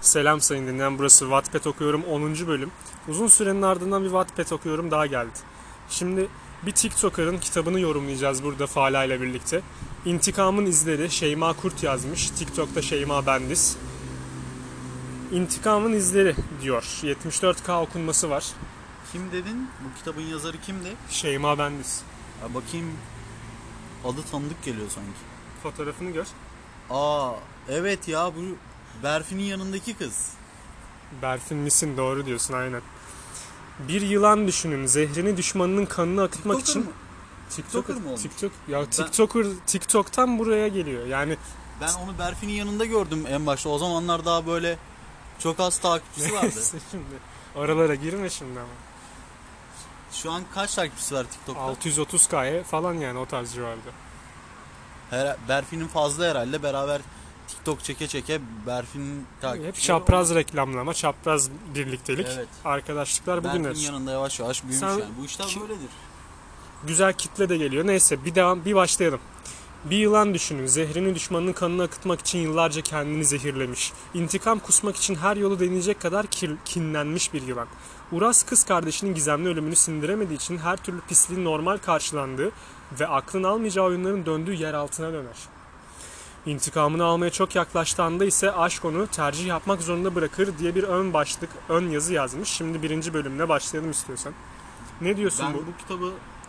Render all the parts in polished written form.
Selam sayın dinleyen, burası Wattpad okuyorum 10. bölüm. Uzun sürenin ardından bir Wattpad okuyorum daha geldi. Şimdi bir TikToker'ın kitabını yorumlayacağız burada Fala ile birlikte. İntikamın İzleri, Şeyma Kurt yazmış. TikTok'ta Şeyma Bendiz. İntikamın İzleri diyor. 74K okunması var. Kim dedin? Bu kitabın yazarı kimdi? Şeyma Bendiz. Ya bakayım, adı tanıdık geliyor sanki. Fotoğrafını gör. Aa evet ya, bu Berfin'in yanındaki kız. Berfin misin? Doğru diyorsun, aynen. Bir yılan düşünün. Zehrini düşmanının kanını akıtmak TikToker için... mı? TikToker mı olmuş? TikTok'tan buraya geliyor. Yani Ben onu Berfin'in yanında gördüm en başta. O zamanlar daha böyle çok az takipçisi vardı. neyse şimdi. Oralara girme şimdi ama. Şu an kaç takipçisi var TikTok'ta? 630K'ya falan, yani o tarz civarda. Berfin'in fazla herhalde, beraber TikTok çeke çeke Berfin'in takipçileri. Hep çapraz reklamlama, çapraz birliktelik, Evet. arkadaşlıklar bugünler. Berfin'in yanında yavaş yavaş büyümüş Sen- yani. Bu işler böyledir. Güzel kitle de geliyor. Neyse bir başlayalım. Bir yılan düşünün. Zehrini düşmanının kanını akıtmak için yıllarca kendini zehirlemiş. İntikam kusmak için her yolu deneyecek kadar kinlenmiş bir yılan. Uras kız kardeşinin gizemli ölümünü sindiremediği için her türlü pisliğin normal karşılandığı ve aklın almayacağı oyunların döndüğü yer altına döner. İntikamını almaya çok yaklaştığı anda ise aşk onu tercih yapmak zorunda bırakır diye bir ön yazı yazmış. Şimdi 1. bölümüne başlayalım istiyorsan. Ne diyorsun Ben bu? bu kitabı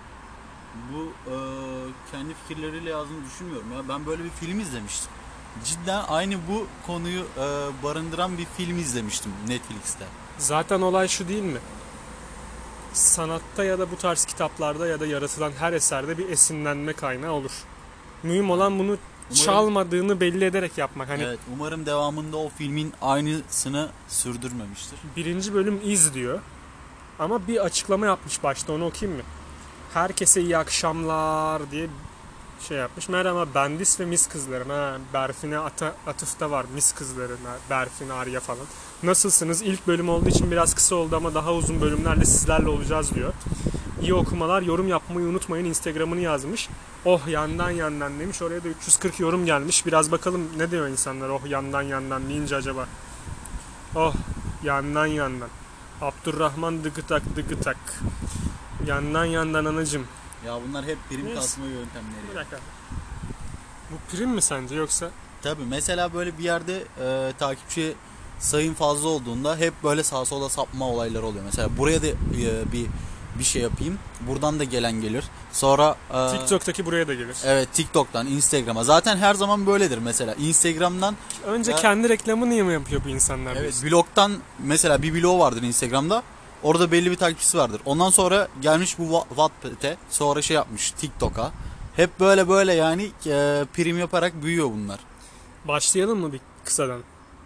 kendi fikirleriyle yazdığını düşünmüyorum ya. Ben böyle bir film izlemiştim. Cidden aynı bu konuyu barındıran bir film izlemiştim Netflix'te. Zaten olay şu değil mi? Sanatta ya da bu tarz kitaplarda ya da yaratılan her eserde bir esinlenme kaynağı olur. Mühim olan bunu çalmadığını belli ederek yapmak. Hani Evet, umarım devamında o filmin aynısını sürdürmemiştir. 1. bölüm iz diyor. Ama bir açıklama yapmış başta, onu okuyayım mı? Herkese iyi akşamlar diye şey yapmış. Merhaba Bendis ve Mis kızlarım. Berfin'e atıfta var, Mis kızlarım. Berfin, Arya falan. Nasılsınız? İlk bölüm olduğu için biraz kısa oldu ama daha uzun bölümlerle sizlerle olacağız diyor. İyi okumalar, yorum yapmayı unutmayın. Instagram'ını yazmış. Oh yandan demiş. Oraya da 340 yorum gelmiş. Biraz bakalım ne diyor insanlar oh yandan deyince acaba. Oh yandan. Abdurrahman dıgıtak. Yandan anacım. Ya bunlar hep prim Neyse. kasma yöntemleri. Bir dakika. Bu prim mi sence yoksa? Tabii, mesela böyle bir yerde takipçi sayın fazla olduğunda hep böyle sağa sola sapma olayları oluyor. Mesela buraya da bir şey yapayım. Buradan da gelen gelir. Sonra TikTok'taki buraya da gelir. evet, TikTok'tan Instagram'a. Zaten her zaman böyledir mesela. Instagram'dan Önce kendi reklamını mı yapıyor bu insanlar? evet, blogdan mesela bir blog vardır Instagram'da. Orada belli bir takipçisi vardır. Ondan sonra gelmiş bu Wattpad'e, sonra şey yapmış TikTok'a. Hep böyle yani prim yaparak büyüyor bunlar. Başlayalım mı bir kısadan?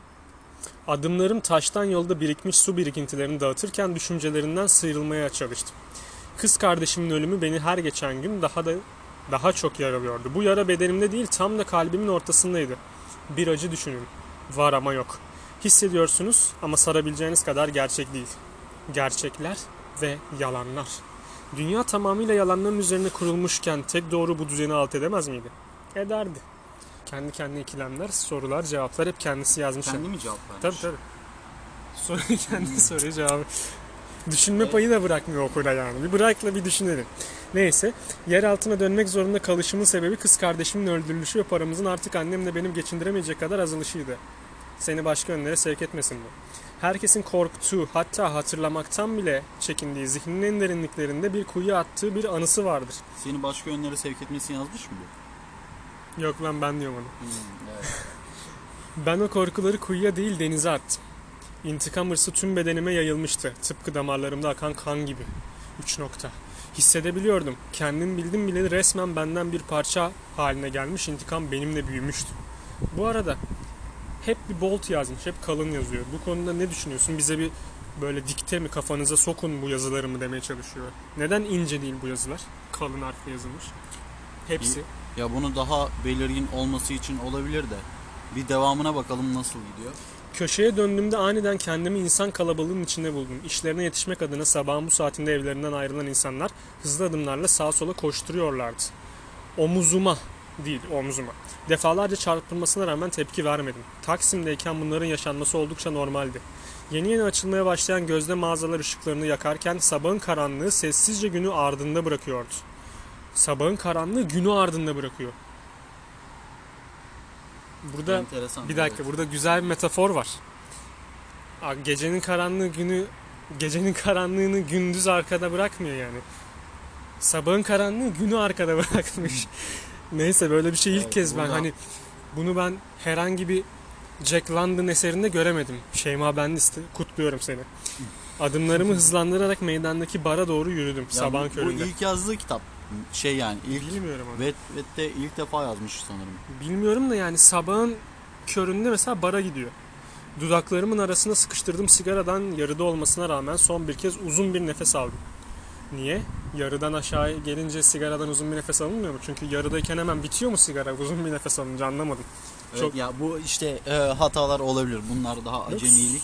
Adımlarım taştan yolda birikmiş su birikintilerini dağıtırken düşüncelerinden sıyrılmaya çalıştım. Kız kardeşimin ölümü beni her geçen gün daha çok yaralıyordu. Bu yara bedenimde değil, tam da kalbimin ortasındaydı. Bir acı düşünün. Var ama yok. Hissediyorsunuz ama sarabileceğiniz kadar gerçek değil. Gerçekler ve yalanlar. Dünya tamamıyla yalanların üzerine kurulmuşken tek doğru bu düzeni alt edemez miydi? Ederdi. Kendi kendine ikilemler, sorular, cevaplar hep kendisi yazmış. Kendi mi cevap vermiş? Tabii. Soruyu kendi soruyor cevabı. Düşünme payı da bırakmıyor okura yani. Bir bırakla bir düşünelim. Neyse, yer altına dönmek zorunda kalışımın sebebi kız kardeşimin öldürülüşü ve paramızın artık annemle benim geçindiremeyecek kadar azalışıydı. Seni başka yönlere sevk etmesin bu. Herkesin korktuğu, hatta hatırlamaktan bile çekindiği zihninin en derinliklerinde bir kuyuya attığı bir anısı vardır. Seni başka yönlere sevk etmesini yazmış mı bu? Yok lan, ben diyorum onu. Evet. Ben o korkuları kuyuya değil denize attım. İntikam hırsı tüm bedenime yayılmıştı. Tıpkı damarlarımda akan kan gibi. 3 nokta. Hissedebiliyordum. Kendim bildim bile resmen benden bir parça haline gelmiş intikam benimle büyümüştü. Bu arada hep bir bold yazmış, hep kalın yazıyor. Bu konuda ne düşünüyorsun? Bize bir böyle dikte mi, kafanıza sokun bu yazılarımı demeye çalışıyor. Neden ince değil bu yazılar? Kalın harfle yazılmış. Hepsi. Ya bunu daha belirgin olması için olabilir de. Bir devamına bakalım nasıl gidiyor. Köşeye döndüğümde aniden kendimi insan kalabalığının içinde buldum. İşlerine yetişmek adına sabahın bu saatinde evlerinden ayrılan insanlar hızlı adımlarla sağa sola koşturuyorlardı. Omuzuma değil, omzuma. Defalarca çarpılmasına rağmen tepki vermedim. Taksim'deyken bunların yaşanması oldukça normaldi. Yeni yeni açılmaya başlayan gözde mağazalar ışıklarını yakarken sabahın karanlığı sessizce günü ardında bırakıyordu. Sabahın karanlığı günü ardında bırakıyor. Burada Enteresan, bir dakika, evet. burada güzel bir metafor var. Gecenin karanlığını gündüz arkada bırakmıyor yani. Sabahın karanlığı günü arkada bırakmış. Neyse, böyle bir şey ilk Evet, kez ben burada- bunu ben herhangi bir Jack London eserinde göremedim. Şeyma Bendis'ti. Kutluyorum seni. Adımlarımı hızlandırarak meydandaki bara doğru yürüdüm Ya sabahın bu köründe. ilk yazdığı kitap yani ilk Bilmiyorum onu. Vet'te ilk defa yazmış sanırım. Bilmiyorum da yani sabahın köründe mesela bara gidiyor. Dudaklarımın arasına sıkıştırdığım sigaradan yarıda olmasına rağmen son bir kez uzun bir nefes aldım. Niye? Yarıdan aşağı gelince sigaradan uzun bir nefes alınmıyor mu? Çünkü yarıdayken hemen bitiyor mu sigara uzun bir nefes alınca, anlamadım. Evet, Çok- ya bu işte hatalar olabilir. Bunlar daha acemilik.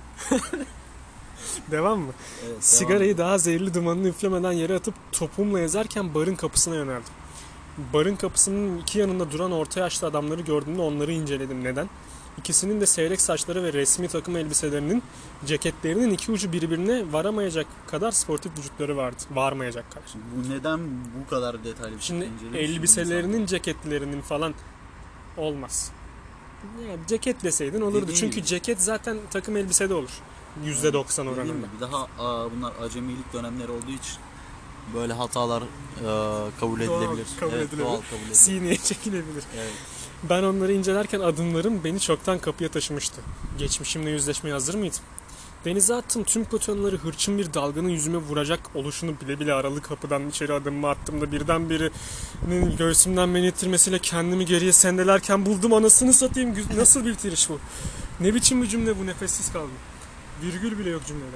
Devam mı? Evet, Sigarayı daha zehirli dumanını üflemeden yere atıp topumla ezerken barın kapısına yöneldim. Barın kapısının iki yanında duran orta yaşlı adamları gördüğümde onları inceledim. Neden? İkisinin de seyrek saçları ve resmi takım elbiselerinin, ceketlerinin iki ucu birbirine varamayacak kadar sportif vücutları vardı. Varmayacak kadar. Bu neden bu kadar detaylı bir Şimdi şekilde inceliyorsun elbiselerinin, insanları? ceketlerinin falan olmaz. Yani ceket deseydin olurdu. Dediğin Çünkü gibi. ceket zaten takım elbisede olur. %90 Dediğim oranında. gibi daha bunlar acemilik dönemleri olduğu için böyle hatalar kabul Doğal edilebilir. kabul Evet, edilebilir. doğal kabul edilebilir. Sineye çekilebilir. Evet. Ben onları incelerken adımlarım beni çoktan kapıya taşımıştı. Geçmişimle yüzleşmeye hazır mıydım? Denize attığım tüm fotonları hırçın bir dalganın yüzüme vuracak oluşunu bile bile aralı kapıdan içeri adımımı attığımda birden birinin göğsümden beni ittirmesiyle kendimi geriye sendelerken buldum, anasını satayım. Nasıl bir bitiriş bu? Ne biçim bir cümle bu, nefessiz kaldım. Virgül bile yok cümlede.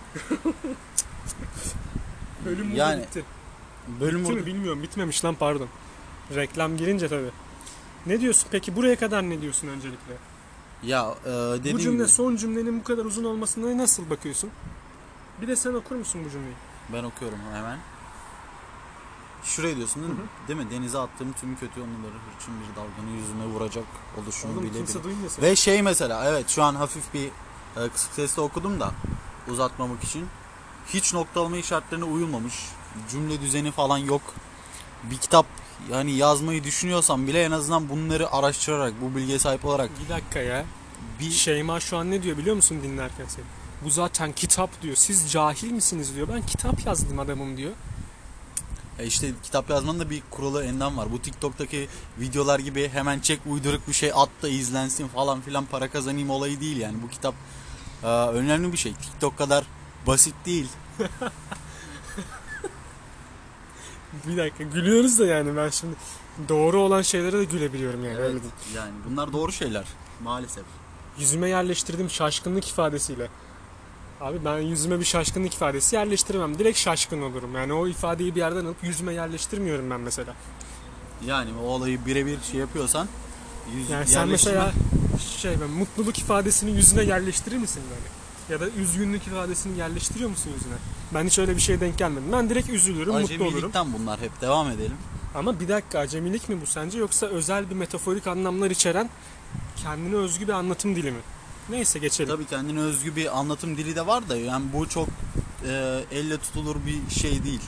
Bölüm burada Yani bitti. Bölüm Bitti mi burada. bilmiyorum, bitmemiş lan, pardon. Reklam girince tabii. Ne diyorsun peki, buraya kadar ne diyorsun öncelikle? Ya dediğim Bu cümle, gibi son cümlenin bu kadar uzun olmasına nasıl bakıyorsun? Bir de sen okur musun bu cümleyi? ben okuyorum hemen. Şuraya diyorsun değil mi? Değil mi? Denize attığım tüm kötü anıları hırçın bir dalganın yüzüme vuracak oluşunu Oğlum bile kimse bile. duymuyor seni. Ve şey mesela, evet, şu an hafif bir kısık sesle okudum da uzatmamak için. Hiç noktalama işaretlerine uyulmamış. Cümle düzeni falan yok. Bir kitap yani yazmayı düşünüyorsam bile en azından bunları araştırarak, bu bilgiye sahip olarak Bir dakika ya. bir Şeyma şu an ne diyor biliyor musun dinlerken seni? Bu zaten kitap diyor. Siz cahil misiniz diyor. Ben kitap yazdım adamım diyor. işte kitap yazmanın da bir kuralı endam var. Bu TikTok'taki videolar gibi hemen çek uyduruk bir şey at da izlensin falan filan para kazanayım olayı değil yani. Bu kitap önemli bir şey. TikTok kadar basit değil. Bir dakika, gülüyoruz da yani ben şimdi doğru olan şeylere de gülebiliyorum yani. Öyle Evet, değil. yani bunlar doğru şeyler maalesef. Yüzüme yerleştirdiğim şaşkınlık ifadesiyle. Abi ben yüzüme bir şaşkınlık ifadesi yerleştirmem. Direkt şaşkın olurum. Yani o ifadeyi bir yerden alıp yüzüme yerleştirmiyorum ben mesela. Yani o olayı birebir şey yapıyorsan Yani sen mesela mutluluk ifadesini yüzüne yerleştirir misin böyle? Ya da üzgünlük ifadesini yerleştiriyor musun yüzüne? Ben hiç öyle bir şeye denk gelmedim. Ben direkt üzülürüm, mutlu olurum. acemilikten bunlar hep devam edelim. Ama bir dakika, acemilik mi bu sence, yoksa özel bir metaforik anlamlar içeren kendine özgü bir anlatım dili mi? Neyse, geçelim. Tabii kendine özgü bir anlatım dili de var da yani bu çok elle tutulur bir şey değil.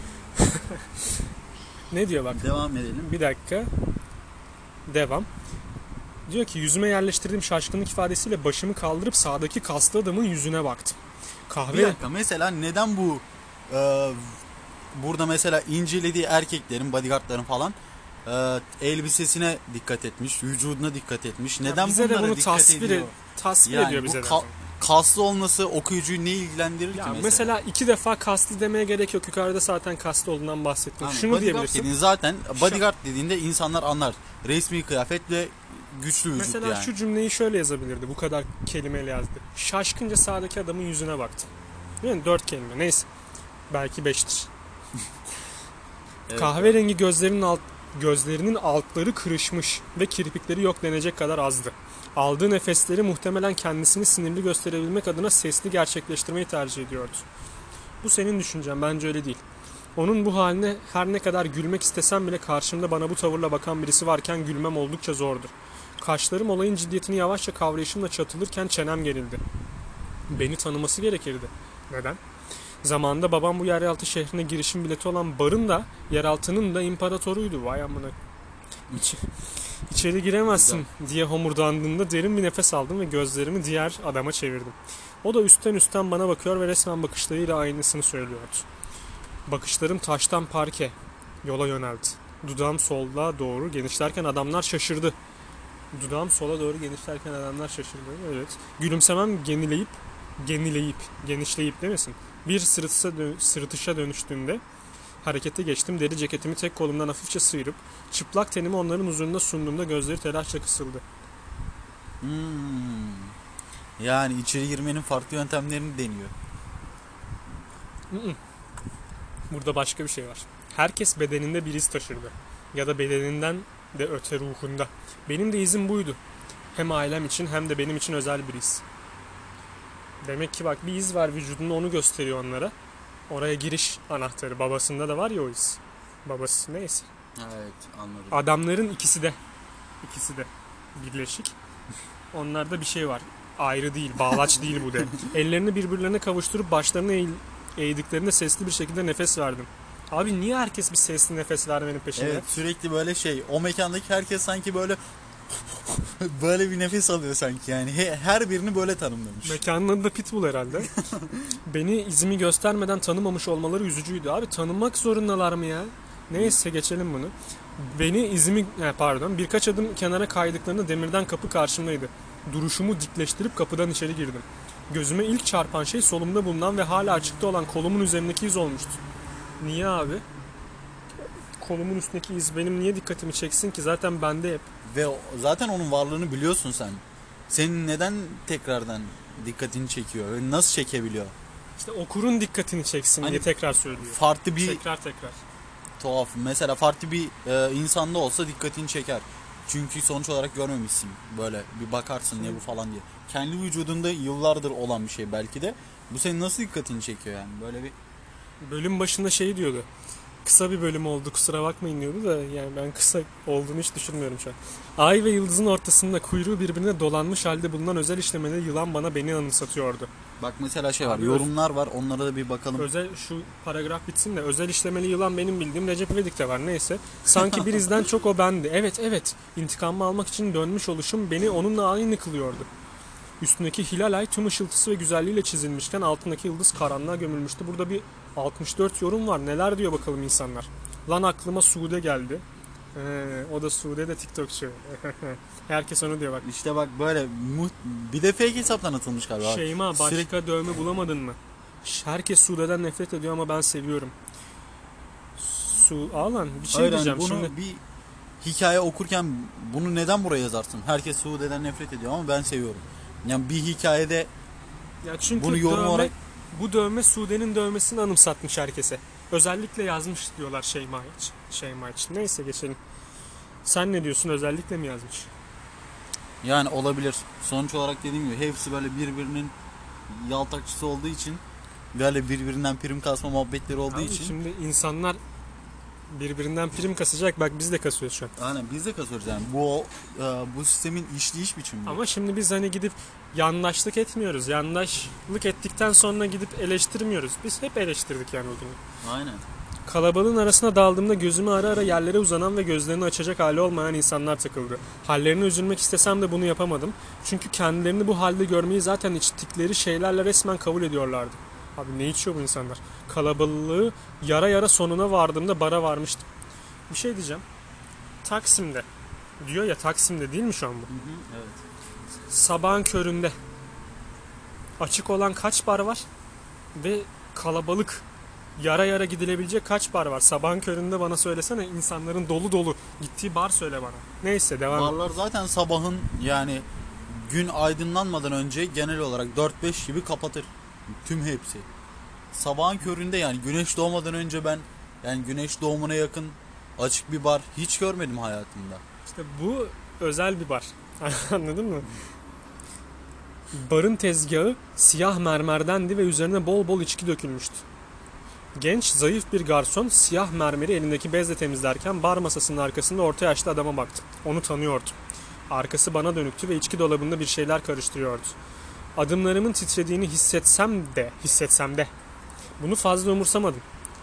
Ne diyor bak? Devam edelim. Bir dakika. Devam. Diyor ki yüzüme yerleştirdiğim şaşkınlık ifadesiyle başımı kaldırıp sağdaki kaslı adamın yüzüne baktım. Bir Kahve dakika, mesela neden bu burada mesela incelediği erkeklerin, bodyguardların falan elbisesine dikkat etmiş, vücuduna dikkat etmiş. Neden bize de bunlara bunu dikkat tasvir ediyor? ediyor Yani bize bu de. kaslı olması okuyucuyu ne ilgilendirir ki Ya mesela? mesela 2 defa kaslı demeye gerek yok. Yukarıda zaten kaslı olduğundan bahsettim. Tamam, Şunu bodyguard diyebilirsin. dediğin zaten bodyguard dediğinde insanlar anlar. Resmi kıyafet ve güçlü vücut Mesela yani. şu cümleyi şöyle yazabilirdi. Bu kadar kelimeyle yazdı. Şaşkınca sağdaki adamın yüzüne baktım. Değil mi? 4 kelime. Neyse. Belki 5'tir. Evet. Kahverengi gözlerinin altları kırışmış ve kirpikleri yok denecek kadar azdı. Aldığı nefesleri muhtemelen kendisini sinirli gösterebilmek adına sesli gerçekleştirmeyi tercih ediyordu. Bu senin düşüncen, bence öyle değil. Onun bu haline her ne kadar gülmek istesem bile karşımda bana bu tavırla bakan birisi varken gülmem oldukça zordur. Kaşlarım olayın ciddiyetini yavaşça kavrayışımla çatılırken çenem gerildi. Beni tanıması gerekirdi. Neden? Zamanında babam bu yeraltı şehrine girişim bileti olan barın da yeraltının da imparatoruydu. Vay amına. İçeri giremezsin diye homurdandığında derin bir nefes aldım ve gözlerimi diğer adama çevirdim. O da üstten bana bakıyor ve resmen bakışlarıyla aynısını söylüyordu. Bakışlarım taştan parke yola yöneldi. Dudağım sola doğru genişlerken adamlar şaşırdı. Evet. Gülümsemem genişleyip demesin. Bir sırıtışa dönüştüğünde harekete geçtim. Deri ceketimi tek kolumdan hafifçe sıyırıp çıplak tenimi onların huzurunda sunduğumda gözleri telaşla kısıldı. Yani içeri girmenin farklı yöntemlerini deniyor. Burada başka bir şey var. Herkes bedeninde bir iz taşırdı. Ya da bedeninden de öte ruhunda. Benim de izim buydu. Hem ailem için hem de benim için özel bir iz. Demek ki bak bir iz var vücudunda, onu gösteriyor onlara. Oraya giriş anahtarı. Babasında da var ya o iz. Babası neyse. Evet, anladım. Adamların ikisi de birleşik. Onlarda bir şey var. Ayrı değil, bağlaç değil bu de. Ellerini birbirlerine kavuşturup başlarını eğdiklerinde sesli bir şekilde nefes verdim. Abi niye herkes bir sesli nefes vermenin peşinde? Evet, sürekli böyle o mekandaki herkes sanki böyle böyle bir nefes alıyor sanki yani. Her birini böyle tanımlamış. Mekanın adı da Pitbull herhalde. Beni izimi göstermeden tanımamış olmaları üzücüydü. Abi tanınmak zorundalar mı ya? Neyse geçelim bunu. Birkaç adım kenara kaydıklarında demirden kapı karşımdaydı. Duruşumu dikleştirip kapıdan içeri girdim. Gözüme ilk çarpan şey solumda bulunan ve hala açıkta olan kolumun üzerindeki iz olmuştu. Niye abi? Kolumun üstündeki iz benim niye dikkatimi çeksin ki? Zaten bende hep. Ve zaten onun varlığını biliyorsun sen. Senin neden tekrardan dikkatini çekiyor? Ve nasıl çekebiliyor? İşte okurun dikkatini çeksin diye tekrar söylüyor. Farklı bir Tekrar. tuhaf. Mesela farklı bir insanda olsa dikkatini çeker. Çünkü sonuç olarak görmemişsin. Böyle bir bakarsın ne bu falan diye. Kendi vücudunda yıllardır olan bir şey belki de. Bu senin nasıl dikkatini çekiyor yani? Böyle bir Bölüm başında şey diyordu. Kısa bir bölüm oldu kusura bakmayın diyordu da yani ben kısa olduğunu hiç düşünmüyorum şu an. Ay ve yıldızın ortasında kuyruğu birbirine dolanmış halde bulunan özel işlemeli yılan beni anımsatıyordu. bak mesela var. Abi Yorumlar var. Onlara da bir bakalım. Şu paragraf bitsin de özel işlemeli yılan benim bildiğim Recep İvedik'te var neyse. Sanki bir izden çok o bendi. Evet. İntikamımı almak için dönmüş oluşum beni onunla aynı kılıyordu. Üstündeki hilal ay tüm ışıltısı ve güzelliğiyle çizilmişken altındaki yıldız karanlığa gömülmüştü. Burada bir 64 yorum var. Neler diyor bakalım insanlar. Lan aklıma Sude geldi. O da Sude de TikTokçu. Herkes onu diyor bak. İşte bak böyle bir de fake hesaptan atılmış galiba. Şeyma başka dövme bulamadın mı? Herkes Sude'den nefret ediyor ama ben seviyorum. Alan bir şey diyeceğim bunu şimdi. bir hikaye okurken bunu neden buraya yazarsın? Herkes Sude'den nefret ediyor ama ben seviyorum. Yani bir hikayede Ya çünkü bunu yorum olarak bu dövme Sude'nin dövmesini anımsatmış herkese. Özellikle yazmış diyorlar Şeyma için. Neyse geçelim. Sen ne diyorsun? Özellikle mi yazmış? yani olabilir. Sonuç olarak dediğim gibi hepsi böyle birbirinin yaltakçısı olduğu için böyle birbirinden prim kasma muhabbetleri olduğu için. Şimdi insanlar birbirinden prim kasacak. Bak biz de kasıyoruz şu an. Aynen biz de kasıyoruz yani. Bu sistemin işleyiş biçimi. Ama şimdi biz gidip yandaşlık etmiyoruz. Yandaşlık ettikten sonra gidip eleştirmiyoruz. Biz hep eleştirdik yani o günü. Aynen. Kalabalığın arasına daldığımda gözümü ara yerlere uzanan ve gözlerini açacak hali olmayan insanlar takıldı. Hallerine üzülmek istesem de bunu yapamadım. Çünkü kendilerini bu halde görmeyi zaten içtikleri şeylerle resmen kabul ediyorlardı. Abi ne içiyor bu insanlar? Kalabalığı yara sonuna vardığımda bara varmıştım. Bir şey diyeceğim. Taksim'de. Diyor ya Taksim'de değil mi şu an bu? Evet. Sabahın köründe. Açık olan kaç bar var? Ve kalabalık yara gidilebilecek kaç bar var? Sabahın köründe bana söylesene, insanların dolu gittiği bar söyle bana. Neyse devam et. Barlar zaten sabahın yani gün aydınlanmadan önce genel olarak 4-5 gibi kapatır. Tüm hepsi. Sabahın köründe yani güneş doğmadan önce ben yani güneş doğumuna yakın açık bir bar hiç görmedim hayatımda. İşte bu özel bir bar. Anladın mı? Barın tezgahı siyah mermerdendi ve üzerine bol içki dökülmüştü. Genç, zayıf bir garson siyah mermeri elindeki bezle temizlerken bar masasının arkasında orta yaşlı adama baktı. Onu tanıyordum. Arkası bana dönüktü ve içki dolabında bir şeyler karıştırıyordu. Adımlarımın titrediğini hissetsem de bunu fazla umursamadım.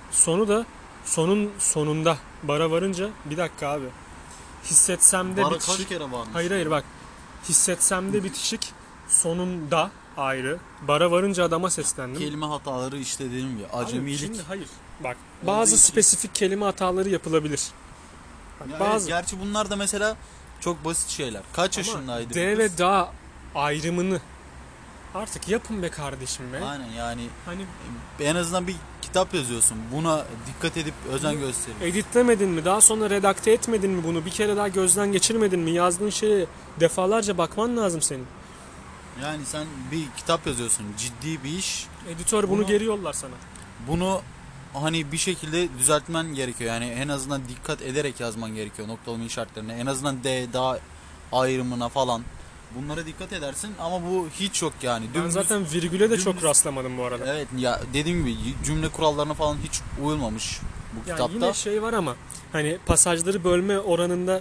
Sonunda bara varınca bir dakika abi. Hissetsem de Bara bitişik. kaç kere bağırmış? Hayır bak. Hissetsem de bitişik. Sonunda ayrı. Bara varınca adama seslendim. Kelime hataları işte dediğim gibi. Abi Acemilik. şimdi hayır. Bak Olduğu bazı için. spesifik kelime hataları yapılabilir. Bak, Ya bazı evet, gerçi bunlar da mesela çok basit şeyler. Kaç ama yaşındaydı? D bu ve kız? da ayrımını artık yapın be kardeşim be. Aynen yani Hani en azından bir kitap yazıyorsun. Buna dikkat edip özen gösterin. editlemedin mi? Daha sonra redakte etmedin mi bunu? Bir kere daha gözden geçirmedin mi? Yazdığın şeye defalarca bakman lazım senin. Yani sen bir kitap yazıyorsun. Ciddi bir iş. Editör bunu Bunu- geri yollar sana. Bunu hani bir şekilde düzeltmen gerekiyor. Yani en azından dikkat ederek yazman gerekiyor noktalama işaretlerine. En azından D, da ayrımına falan. Bunlara dikkat edersin ama bu hiç yok yani. Ben zaten virgüle de çok dümdüz- rastlamadım bu arada. Evet ya dediğim gibi cümle kurallarına falan hiç uyulmamış bu Yani kitapta. yine şey var ama hani pasajları bölme oranında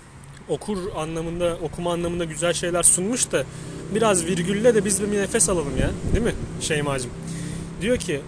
okuma anlamında güzel şeyler sunmuş da biraz virgülle de biz bir nefes alalım ya. Değil mi Şeymacığım? Diyor ki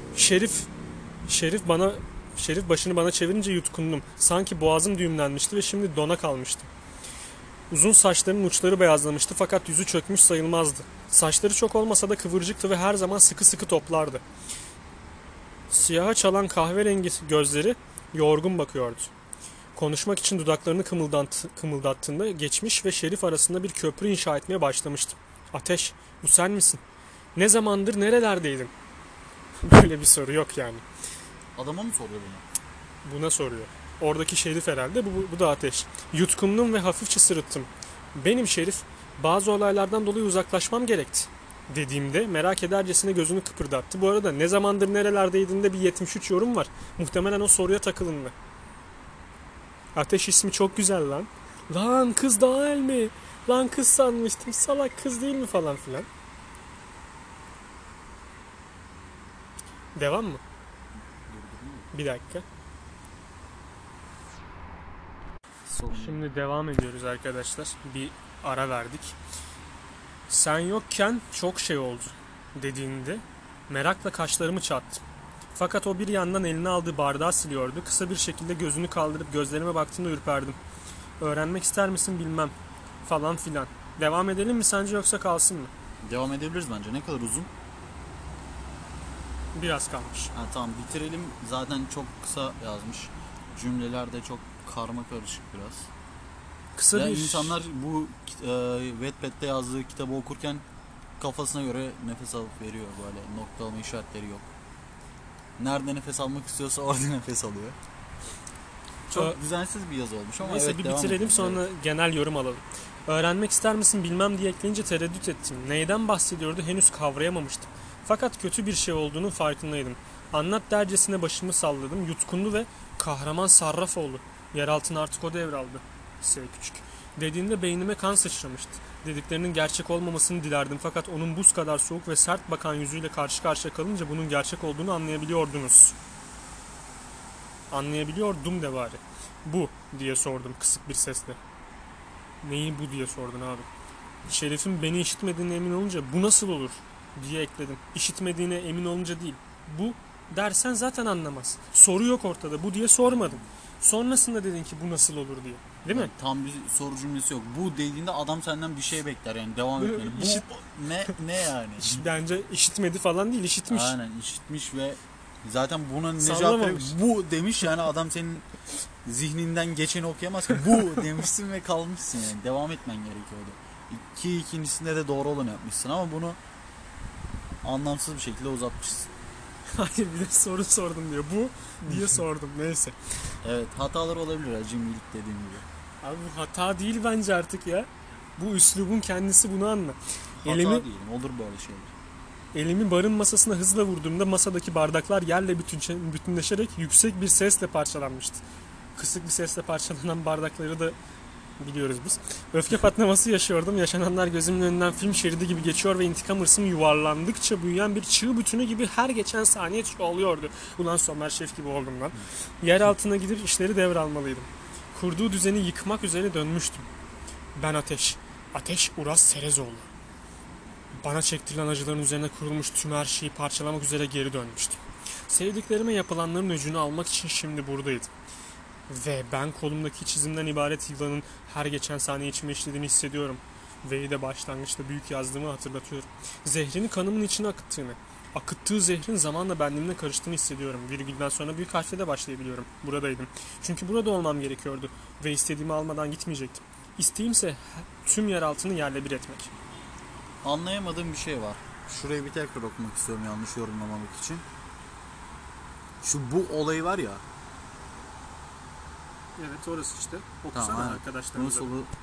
Şerif başını bana çevirince yutkundum. Sanki boğazım düğümlenmişti ve şimdi dona kalmıştım. Uzun saçlarının uçları beyazlamıştı fakat yüzü çökmüş sayılmazdı. Saçları çok olmasa da kıvırcıktı ve her zaman sıkı sıkı toplardı. Siyaha çalan kahverengi gözleri yorgun bakıyordu. Konuşmak için dudaklarını kımıldattığında geçmiş ve Şerif arasında bir köprü inşa etmeye başlamıştım. Ateş, bu sen misin? Ne zamandır nerelerdeydin? Böyle bir soru yok yani. Adama mı soruyor bunu? Buna soruyor. Oradaki Şerif herhalde, bu da Ateş. Yutkundum ve hafifçe sırıttım. Benim Şerif, bazı olaylardan dolayı uzaklaşmam gerekti. Dediğimde merak edercesine gözünü kıpırdattı. Bu arada ne zamandır nerelerdeydin de bir 73 yorum var. Muhtemelen o soruya takılındı. Ateş ismi çok güzel lan. Lan kız değil mi? Lan kız sanmıştım. Salak kız değil mi falan filan. Devam mı? Bir dakika. Sorun. Şimdi devam ediyoruz arkadaşlar. Bir ara verdik. Sen yokken çok şey oldu dediğinde merakla kaşlarımı çattım. Fakat o bir yandan eline aldığı bardağı siliyordu. Kısa bir şekilde gözünü kaldırıp gözlerime baktığında ürperdim. Öğrenmek ister misin bilmem falan filan. Devam edelim mi sence yoksa kalsın mı? Devam edebiliriz bence. Ne kadar uzun? Biraz kalmış. Ha, tamam bitirelim. Zaten çok kısa yazmış. Cümleler de çok karma karışık biraz. Kısa Ya bir insanlar bu Wattpad'de yazdığı kitabı okurken kafasına göre nefes alıp veriyor böyle. Noktalama işaretleri yok. Nerede nefes almak istiyorsa orada nefes alıyor. Çok Ö- düzensiz bir yazı olmuş ama Neyse evet, bir devam bitirelim edelim. sonra Evet. genel yorum alalım. Öğrenmek ister misin bilmem diye ekleyince tereddüt ettim. Neyden bahsediyordu henüz kavrayamamıştım. Fakat kötü bir şey olduğunun farkındaydım. Anlat dercesine başımı salladım. Yutkundu ve kahraman Sarrafoğlu. Yer altına artık o devraldı. S küçük. Dediğinde beynime kan sıçramıştı. Dediklerinin gerçek olmamasını dilerdim fakat onun buz kadar soğuk ve sert bakan yüzüyle karşı karşıya kalınca bunun gerçek olduğunu anlayabiliyordunuz. Anlayabiliyordum de bari. Bu diye sordum kısık bir sesle. Neyi bu diye sordun abi. Şerif'in beni işitmediğine emin olunca bu nasıl olur diye ekledim. İşitmediğine emin olunca değil. Bu dersen zaten anlamaz. Soru yok ortada. Bu diye sormadım. Sonrasında dedin ki bu nasıl olur diye. Değil mi? Yani tam bir soru cümlesi yok. Bu dediğinde adam senden bir şey bekler yani devam Böyle etmeni. Bu işit- ne yani? Bence işitmedi falan değil, işitmiş. Aynen işitmiş ve zaten buna ne cevap Sallamamış. bu demiş yani adam senin zihninden geçeni okuyamaz ki bu demişsin ve kalmışsın yani devam etmen gerekiyordu. İkincisinde de doğru olanı yapmışsın ama bunu anlamsız bir şekilde uzatmışsın. Hayır bir de soru sordum diyor. Bu diye sordum neyse. Evet hatalar olabilir acemilik dediğim gibi. Abi bu hata değil bence artık ya. Bu üslubun kendisi bunu anla. Hata Elimi diyelim olur böyle şeyler. Elimi barın masasına hızla vurduğumda masadaki bardaklar yerle bütünleşerek yüksek bir sesle parçalanmıştı. Kısık bir sesle parçalanan bardakları da Biliyoruz biz. Öfke patlaması yaşıyordum. Yaşananlar gözümün önünden film şeridi gibi geçiyor ve intikam hırsım yuvarlandıkça büyüyen bir çığ bütünü gibi her geçen saniye çoğalıyordu. Ulan Somer Şef gibi oldum lan. Yer altına gidip işleri devralmalıydım. Kurduğu düzeni yıkmak üzere dönmüştüm. Ben Ateş. Ateş Uras Serezoğlu. Bana çektirilen acıların üzerine kurulmuş tüm her şeyi parçalamak üzere geri dönmüştüm. Sevdiklerime yapılanların öcünü almak için şimdi buradaydım. Ve ben kolumdaki çizimden ibaret yılanın her geçen saniye içime işlediğini hissediyorum. V'yi de başlangıçta büyük yazdığımı hatırlatıyorum. Zehrini kanımın içine akıttığını, akıttığı zehrin zamanla benliğimle karıştığını hissediyorum. Virgülden sonra büyük harfle de başlayabiliyorum. Buradaydım. Çünkü burada olmam gerekiyordu. Ve istediğimi almadan gitmeyecektim. İsteğimse tüm yer altını yerle bir etmek. Anlayamadığım bir şey var. Şurayı bir tekrar okumak istiyorum yanlış yorumlamamak için. Şu bu olayı var ya. Evet orası işte. Okusana tamam, arkadaşlarımıza.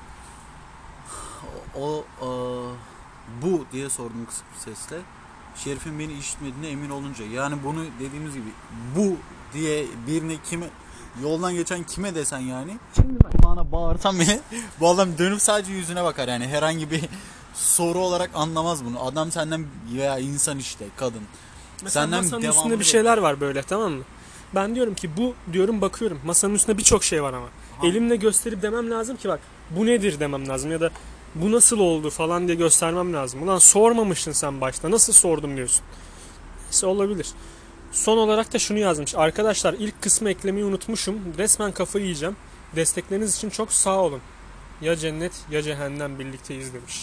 Bu diye sordum kısık bir sesle. Şerif'in beni işitmediğine emin olunca. Yani bunu dediğimiz gibi bu diye birine kime yoldan geçen kime desen yani. Şimdi kulağına bağırsan bile bu adam dönüp sadece yüzüne bakar yani herhangi bir soru olarak anlamaz bunu. Adam senden veya insan işte kadın. Mesela senden masanın üstünde bir şeyler var böyle tamam mı? Ben diyorum ki bu diyorum bakıyorum. Masanın üstünde birçok şey var ama. Aha. Elimle gösterip demem lazım ki bak bu nedir demem lazım ya da bu nasıl oldu falan diye göstermem lazım. Ulan sormamışsın sen başta. Nasıl sordum diyorsun. Neyse olabilir. Son olarak da şunu yazmış. Arkadaşlar ilk kısmı eklemeyi unutmuşum. Resmen kafayı yiyeceğim. Destekleriniz için çok sağ olun. Ya cennet ya cehennem birlikteyiz demiş.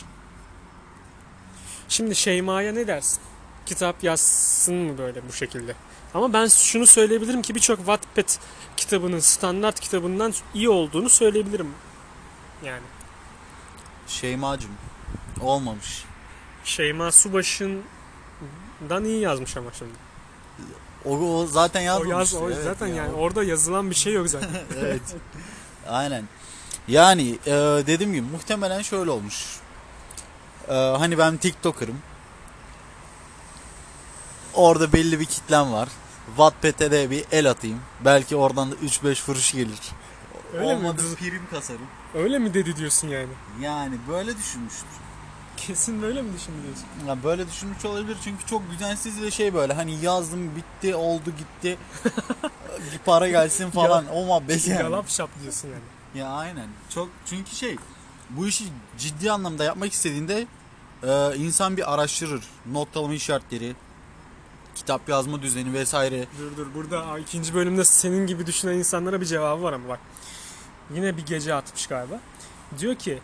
Şimdi Şeyma'ya ne dersin? Kitap yazsın mı böyle bu şekilde? Ama ben şunu söyleyebilirim ki birçok Wattpad kitabının standart kitabından iyi olduğunu söyleyebilirim. Yani. Şeyma'cım olmamış. Şeyma Subaşı'ndan iyi yazmış ama şimdi. O zaten yazmamış. O evet zaten yani orada yazılan bir şey yok zaten. Evet. Aynen. Yani dediğim gibi muhtemelen şöyle olmuş. Hani ben TikToker'ım. Orada belli bir kitlem var. Wattpad'e de bir el atayım. Belki oradan da 3-5 kuruş gelir. Öyle olmadı prim kasarım. Öyle mi dedi diyorsun yani? Yani böyle düşünmüştür. Kesin böyle mi düşünüyorsun? Ya böyle düşünmüş olabilir çünkü çok güzensiz ve şey böyle hani yazdım bitti oldu gitti para gelsin falan o muhabbet yani. Yalap şap diyorsun yani. Ya aynen. Çok çünkü şey bu işi ciddi anlamda yapmak istediğinde insan bir araştırır. Noktalama işaretleri, kitap yazma düzeni vesaire. Dur burada ikinci bölümde senin gibi düşünen insanlara bir cevabı var ama bak. Yine bir gece atmış galiba. Diyor ki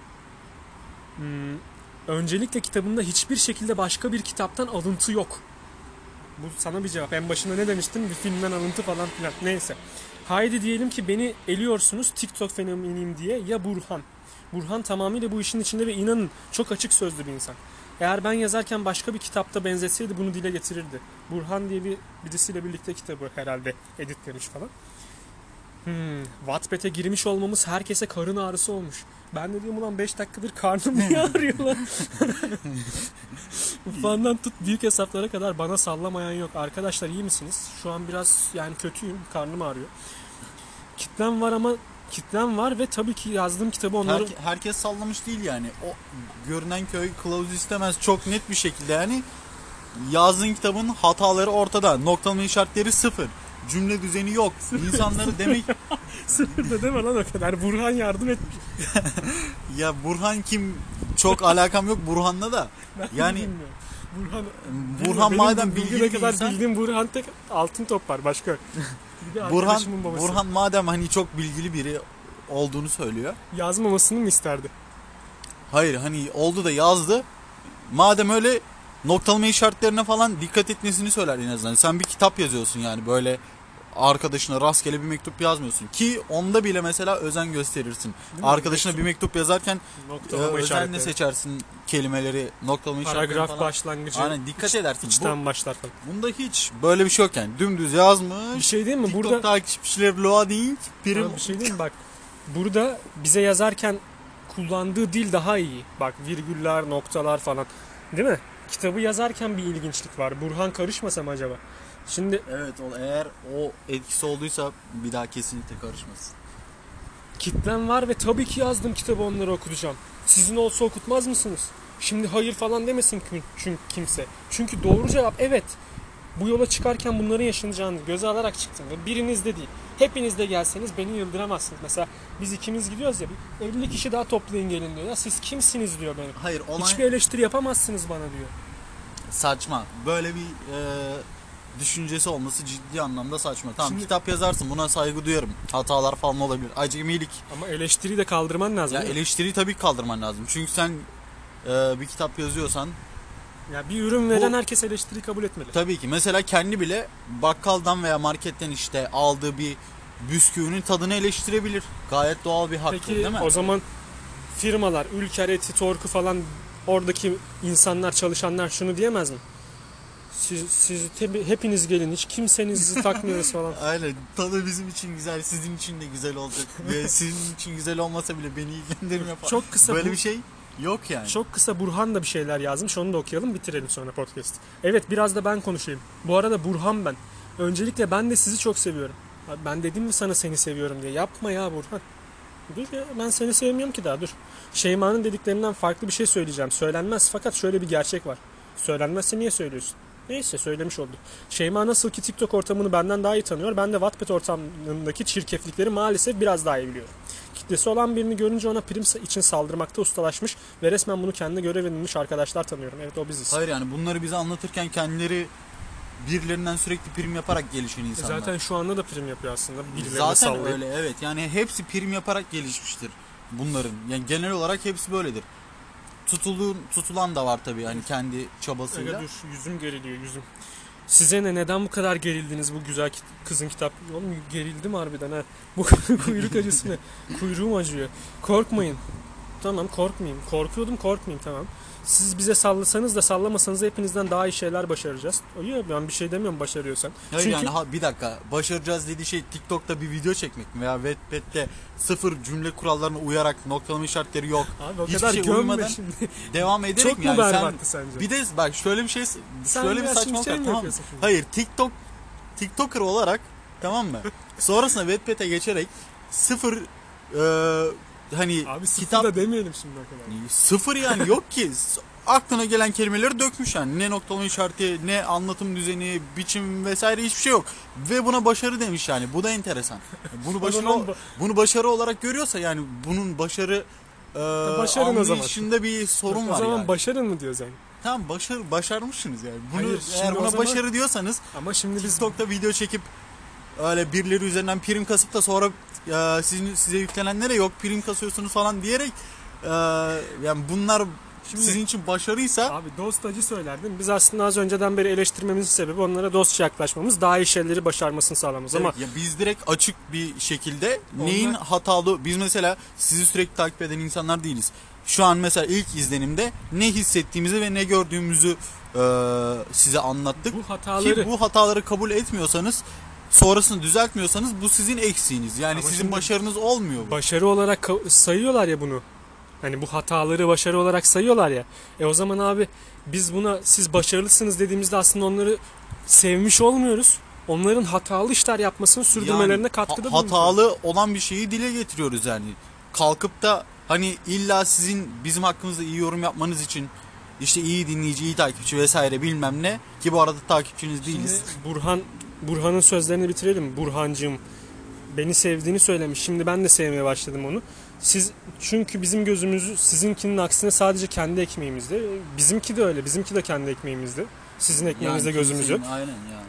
öncelikle kitabında hiçbir şekilde başka bir kitaptan alıntı yok. Bu sana bir cevap. En başında ne demiştin? Bir filmden alıntı falan filan. Neyse. Haydi diyelim ki beni eliyorsunuz TikTok fenomeniyim diye ya Burhan. Burhan tamamıyla bu işin içinde ve inanın çok açık sözlü bir insan. Eğer ben yazarken başka bir kitapta benzetseydi bunu dile getirirdi. Burhan diye birisiyle birlikte kitabı herhalde editlemiş falan. Wattpad'e girmiş olmamız herkese karın ağrısı olmuş. Ben de diyorum ulan 5 dakikadır karnım niye ağrıyor lan? Ufandan tut büyük hesaplara kadar bana sallamayan yok. Arkadaşlar iyi misiniz? Şu an biraz yani kötüyüm. Karnım ağrıyor. Kitlem var ve tabii ki yazdığım kitabı onları... Herkes sallamış değil yani. O görünen köy kılavuz istemez. Çok net bir şekilde yani yazdığın kitabın hataları ortada. Noktalama işaretleri sıfır. Cümle düzeni yok. İnsanları demek... Sıfır da deme lan o kadar. Burhan yardım etmiş. Ya Burhan kim? Çok alakam yok Burhan'la da. Yani Burhan madem bilgili bir kadar insan... bildiğim Burhan tek altın top var. Başka. Burhan madem hani çok bilgili biri olduğunu söylüyor. Yazmamasını mı isterdi? Hayır hani oldu da yazdı. Madem öyle noktalama işaretlerine falan dikkat etmesini söyler en azından. Sen bir kitap yazıyorsun yani böyle arkadaşına rastgele bir mektup yazmıyorsun. Ki onda bile mesela özen gösterirsin. Arkadaşına bir mektup yazarken özenle seçersin kelimeleri, noktalama işaretleri falan. Paragraf başlangıcı. Aynen dikkat edersin. İçten başlar falan. Bunda hiç böyle bir şey yok yani. Dümdüz yazmış. Bir şey değil mi? TikTok burada takipçiler loading. Bir şey değil mi? Bak burada bize yazarken kullandığı dil daha iyi. Bak virgüller, noktalar falan. Değil mi? Kitabı yazarken bir ilginçlik var. Burhan karışmasa mı acaba? Şimdi evet eğer o etkisi olduysa bir daha kesinlikle karışmasın. kitlem var ve tabii ki yazdığım kitabı onlara okutacağım. Sizin olsa okutmaz mısınız? Şimdi hayır falan demesin çünkü kimse. Çünkü doğru cevap evet. Bu yola çıkarken bunların yaşanacağını göze alarak çıktım. Ve biriniz de değil. Hepiniz de gelseniz beni yıldıramazsınız. Mesela biz ikimiz gidiyoruz ya. 50 kişi daha toplayın gelin diyor. Ya siz kimsiniz diyor benim. Hayır, olay Hiçbir eleştiri yapamazsınız bana diyor. saçma. Böyle bir düşüncesi olması ciddi anlamda saçma. Tamam, Şimdi- kitap yazarsın, buna saygı duyarım. Hatalar falan olabilir. Acemilik. Ama eleştiriyi de kaldırman lazım. Ya değil mi? eleştiriyi tabii ki kaldırman lazım. Çünkü sen bir kitap yazıyorsan Ya bir ürün veren herkes eleştiriyi kabul etmeli. tabii ki mesela kendi bile bakkaldan veya marketten işte aldığı bir bisküvinin tadını eleştirebilir. Gayet doğal bir hakkı, Peki değil mi? o zaman firmalar, Ülker, Eti, Torku falan oradaki insanlar, çalışanlar şunu diyemez mi? Hepiniz gelin, hiç kimsenizi takmıyoruz falan. Aynen. Tadı bizim için güzel, sizin için de güzel olacak. Ve sizin için güzel olmasa bile beni ilgilendirmiyor falan. Çok kısa Böyle bu- bir şey yok yani. Çok kısa Burhan da bir şeyler yazmış. Onu da okuyalım, bitirelim sonra podcast. Evet, biraz da ben konuşayım. Bu arada Burhan ben. Öncelikle ben de sizi çok seviyorum. Abi ben dedim mi sana seni seviyorum diye. Yapma ya Burhan. Dur ya, ben seni sevmiyorum ki daha, dur. Şeyma'nın dediklerinden farklı bir şey söyleyeceğim. Söylenmez, fakat şöyle bir gerçek var. Söylenmezse niye söylüyorsun? Neyse, söylemiş olduk. Şeyma nasıl ki TikTok ortamını benden daha iyi tanıyor, ben de Wattpad ortamındaki çirkeflikleri maalesef biraz daha iyi biliyorum. Kitlesi olan birini görünce ona prim için saldırmakta ustalaşmış ve resmen bunu kendine görev edinmiş arkadaşlar tanıyorum. Evet, o biziz. Hayır, yani bunları bize anlatırken kendileri birilerinden sürekli prim yaparak gelişen insanlar. Zaten şu anda da prim yapıyor aslında. Birilerine Zaten sallayıp. öyle, evet. Yani hepsi prim yaparak gelişmiştir bunların. Yani genel olarak hepsi böyledir. Tutulan da var tabii, hani kendi çabasıyla. Aga dur, yüzüm geriliyor, yüzüm. Size ne, neden bu kadar gerildiniz bu güzel kızın kitap? Oğlum gerildim harbiden ha. Bu kuyruk acısı ne? Kuyruğum acıyor. Korkmayın. Tamam, korkmayayım. Korkuyordum, korkmayayım, tamam. Siz bize sallasanız da sallamasanız da hepinizden daha iyi şeyler başaracağız. Yok, ben bir şey demiyorum başarıyorsan. Hayır Çünkü yani bir dakika, başaracağız dediği şey TikTok'ta bir video çekmek mi veya Wattpad'de sıfır cümle kurallarına uyarak noktalama işaretleri yok. abi o hiçbir kadar şey gömme uymadan şimdi. devam ederek Çok mi mu yani berbattı sence? bir de bak şöyle bir şey, Sen şöyle bir biraz şimdi saçmalık şey var, mi tamam mı? yapıyorsun şimdi? Hayır, TikToker olarak, tamam mı? Sonrasında Wattpad'e geçerek sıfır hani Abi sıfır kitap da demeyelim şimdi o kadar. sıfır yani yok ki. Aklına gelen kelimeleri dökmüş yani. Ne noktalama işareti, ne anlatım düzeni, biçim vesaire hiçbir şey yok. Ve buna başarı demiş yani. Bu da enteresan. Bunu başarı olarak görüyorsa yani bunun başarı Başarın o zaman. anlayışında bir sorun O var zaman yani. başarın mı diyor sen? Tamam, başarmışsınız yani. Bunu, Hayır, eğer şimdi o buna zaman- başarı diyorsanız Ama şimdi biz TikTok'ta video çekip öyle birileri üzerinden prim kasıp da sonra size yüklenenlere yok prim kasıyorsunuz falan diyerek yani bunlar Şimdi- sizin için başarıysa abi dost acı söylerdin. Biz aslında az önceden beri eleştirmemizin sebebi onlara dostça yaklaşmamız, daha iyi şeyleri başarmasını sağlamamız. Ama ya biz direkt açık bir şekilde Onlar- neyin hatalı, biz mesela sizi sürekli takip eden insanlar değiliz. Şu an mesela ilk izlenimde ne hissettiğimizi ve ne gördüğümüzü size anlattık. bu hataları Ki bu hataları kabul etmiyorsanız, sonrasını düzeltmiyorsanız bu sizin eksiğiniz. Yani Ama sizin şimdi- başarınız olmuyor bu. başarı olarak sayıyorlar ya bunu. Hani bu hataları başarı olarak sayıyorlar ya. O zaman abi biz buna siz başarılısınız dediğimizde aslında onları sevmiş olmuyoruz. Onların hatalı işler yapmasını sürdürmelerine Yani katkıda bulunuyoruz. hatalı olan bir şeyi dile getiriyoruz yani. Kalkıp da hani illa sizin bizim hakkımızda iyi yorum yapmanız için işte iyi dinleyici, iyi takipçi vesaire bilmem ne, ki bu arada takipçiniz değiliz. Şimdi Burhan'ın sözlerini bitirelim. Burhancığım beni sevdiğini söylemiş. Şimdi ben de sevmeye başladım onu. Siz çünkü bizim gözümüzü sizinkinin aksine sadece kendi ekmeğimizde. Bizimki de öyle. Bizimki de kendi ekmeğimizde. Sizin ekmeğinizde gözümüz yok. Aynen yani.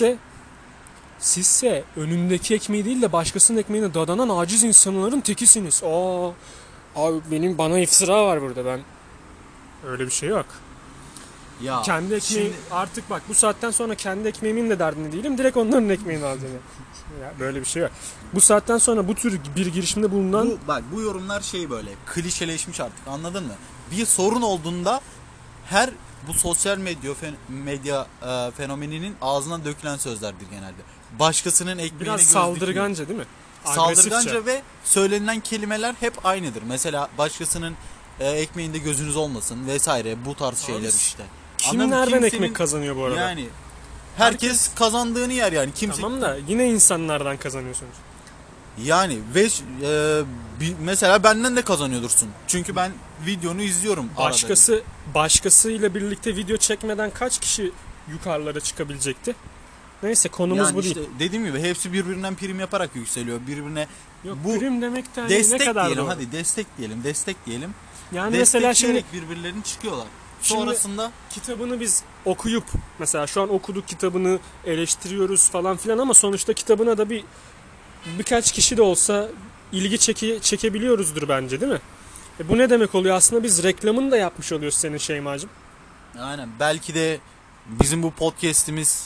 Sizse önündeki ekmeği değil de başkasının ekmeğine dadanan aciz insanların tekisiniz. Abi bana iftira var burada, ben öyle bir şey yok. Ya Kendi ekmeği şimdi- artık bak bu saatten sonra kendi ekmeğimin de derdinde değilim. Direkt onların ekmeğini alacağım. Ya böyle bir şey yok. Bu saatten sonra bu tür bir girişimde bulunan bu yorumlar şey böyle klişeleşmiş artık, anladın mı? Bir sorun olduğunda her bu sosyal medya fenomeninin ağzından dökülen sözlerdir genelde. Başkasının ekmeğine biraz göz dikmiyor. saldırganca değil mi? Saldırganca Agresifçe. ve söylenilen kelimeler hep aynıdır. Mesela başkasının ekmeğinde gözünüz olmasın vesaire, bu tarz şeyler işte. Kim Anladın mı? nereden Kimsenin- ekmek kazanıyor bu arada? Yani herkes kazandığını yer yani. Kimse Tamam da yine insanlardan kazanıyorsunuz. Yani ve mesela benden de kazanıyordursun. Çünkü ben videonu izliyorum arada. Başkasıyla birlikte video çekmeden kaç kişi yukarılara çıkabilecekti? Neyse, konumuz Yani bu işte değil. dediğim gibi hepsi birbirinden prim yaparak yükseliyor. Birbirine Yok, bu prim demek de hani destek ne kadar diyelim, doğru. hadi destek diyelim. Yani mesela şimdi Destekleyerek birbirlerini çıkıyorlar. Sonrasında kitabını biz okuyup, mesela şu an okuduk kitabını, eleştiriyoruz falan filan, ama sonuçta kitabına da birkaç kişi de olsa ilgi çekebiliyoruzdur bence, değil mi? Bu ne demek oluyor? Aslında biz reklamını da yapmış oluyoruz senin Şeymacığım. aynen, belki de bizim bu podcast'imiz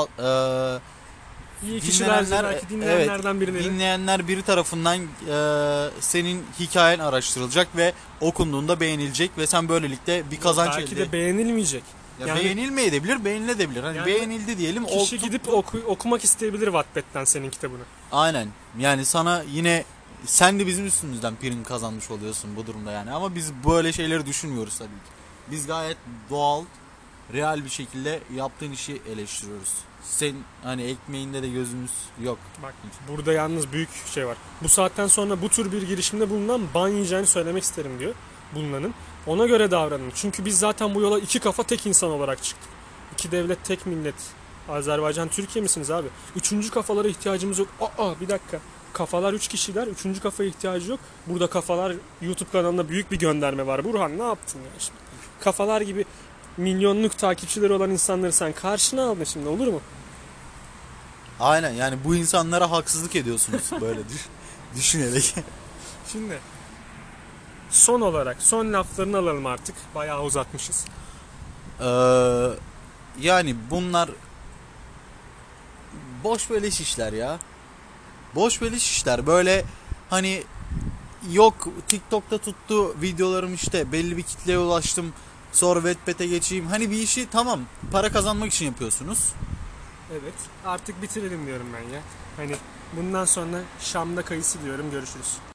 İyi kişilerce belki dinleyenlerden birileri. dinleyenler biri tarafından senin hikayen araştırılacak ve okunduğunda beğenilecek ve sen böylelikle bir kazanç Belki elde. de beğenilmeyecek. Ya Yani beğenilmeyebilir, beğenilebilir. Hani yani beğenildi diyelim. kişi gidip okumak isteyebilir Wattpad'den senin kitabını. Aynen. Yani sana yine sen de bizim üstümüzden prim kazanmış oluyorsun bu durumda yani. Ama biz böyle şeyleri düşünmüyoruz tabii ki. Biz gayet doğal, real bir şekilde yaptığın işi eleştiriyoruz. Sen hani ekmeğinde de gözümüz yok. Bak, burada yalnız büyük şey var. Bu saatten sonra bu tür bir girişimde bulunan ban yiyeceğini söylemek isterim diyor bulunanın. Ona göre davranın. Çünkü biz zaten bu yola iki kafa tek insan olarak çıktık. İki devlet tek millet. Azerbaycan Türkiye misiniz abi? Üçüncü kafalara ihtiyacımız yok. Bir dakika. Kafalar 3 kişiler. Üçüncü kafaya ihtiyacı yok. Burada kafalar YouTube kanalında büyük bir gönderme var. Burhan, ne yaptın ya şimdi? Kafalar gibi milyonluk takipçileri olan insanları sen karşına aldın şimdi, olur mu? Aynen, yani bu insanlara haksızlık ediyorsunuz böyle düşünerek. Şimdi son olarak son laflarını alalım artık. Bayağı uzatmışız. Yani bunlar boş beleş işler ya. Boş beleş işler. Böyle hani yok TikTok'ta tuttu videolarım, işte belli bir kitleye ulaştım, sonra Wattpad'e geçeyim. Hani bir işi tamam para kazanmak için yapıyorsunuz. Evet. Artık bitirelim diyorum ben ya. Hani bundan sonra Şam'da kayısı diyorum. Görüşürüz.